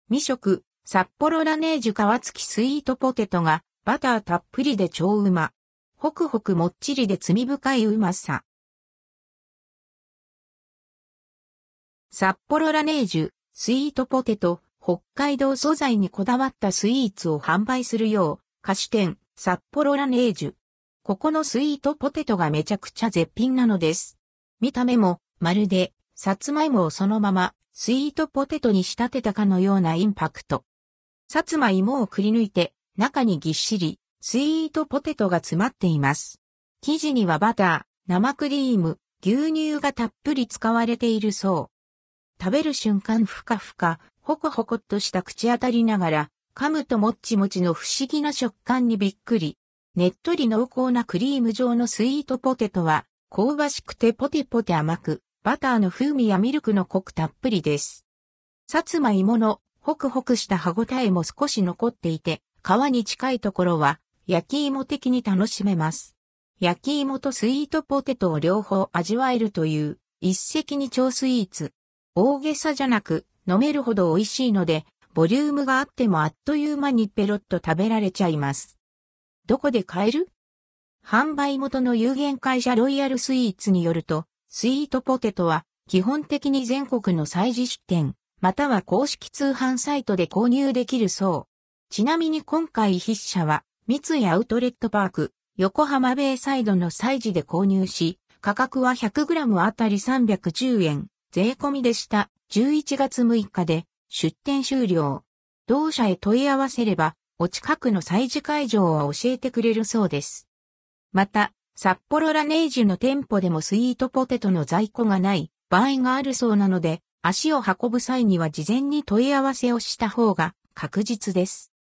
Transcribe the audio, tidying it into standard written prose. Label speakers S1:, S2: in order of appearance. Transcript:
S1: 未食、札幌ラネージュ皮付きスイートポテトがバターたっぷりで超うま。ホクホクもっちりで罪深いうまさ。札幌ラネージュ、スイートポテト、北海道素材にこだわったスイーツを販売するよう、菓子店、札幌ラネージュ。ここのスイートポテトがめちゃくちゃ絶品なのです。見た目も、まるで、さつまいもをそのまま、スイートポテトに仕立てたかのようなインパクト。さつまいもをくり抜いて、中にぎっしり、スイートポテトが詰まっています。生地にはバター、生クリーム、牛乳がたっぷり使われているそう。食べる瞬間ふかふか、ほこほこっとした口当たりながら、噛むともっちもちの不思議な食感にびっくり。ねっとり濃厚なクリーム状のスイートポテトは、香ばしくてポテポテ甘く、バターの風味やミルクのコクたっぷりです。さつまいものホクホクした歯ごたえも少し残っていて、皮に近いところは焼き芋的に楽しめます。焼き芋とスイートポテトを両方味わえるという一石二鳥スイーツ。大げさじゃなく飲めるほど美味しいので、ボリュームがあってもあっという間にペロッと食べられちゃいます。どこで買える？販売元の有限会社ロイヤルスイーツによると、スイートポテトは基本的に全国の催事出店、または公式通販サイトで購入できるそう。ちなみに今回筆者は三井アウトレットパーク、横浜ベイサイドの催事で購入し、価格は 100g あたり310円、税込みでした。11月6日で出店終了。同社へ問い合わせれば、お近くの催事会場を教えてくれるそうです。また、札幌ラネージュの店舗でもスイートポテトの在庫がない場合があるそうなので、足を運ぶ際には事前に問い合わせをした方が確実です。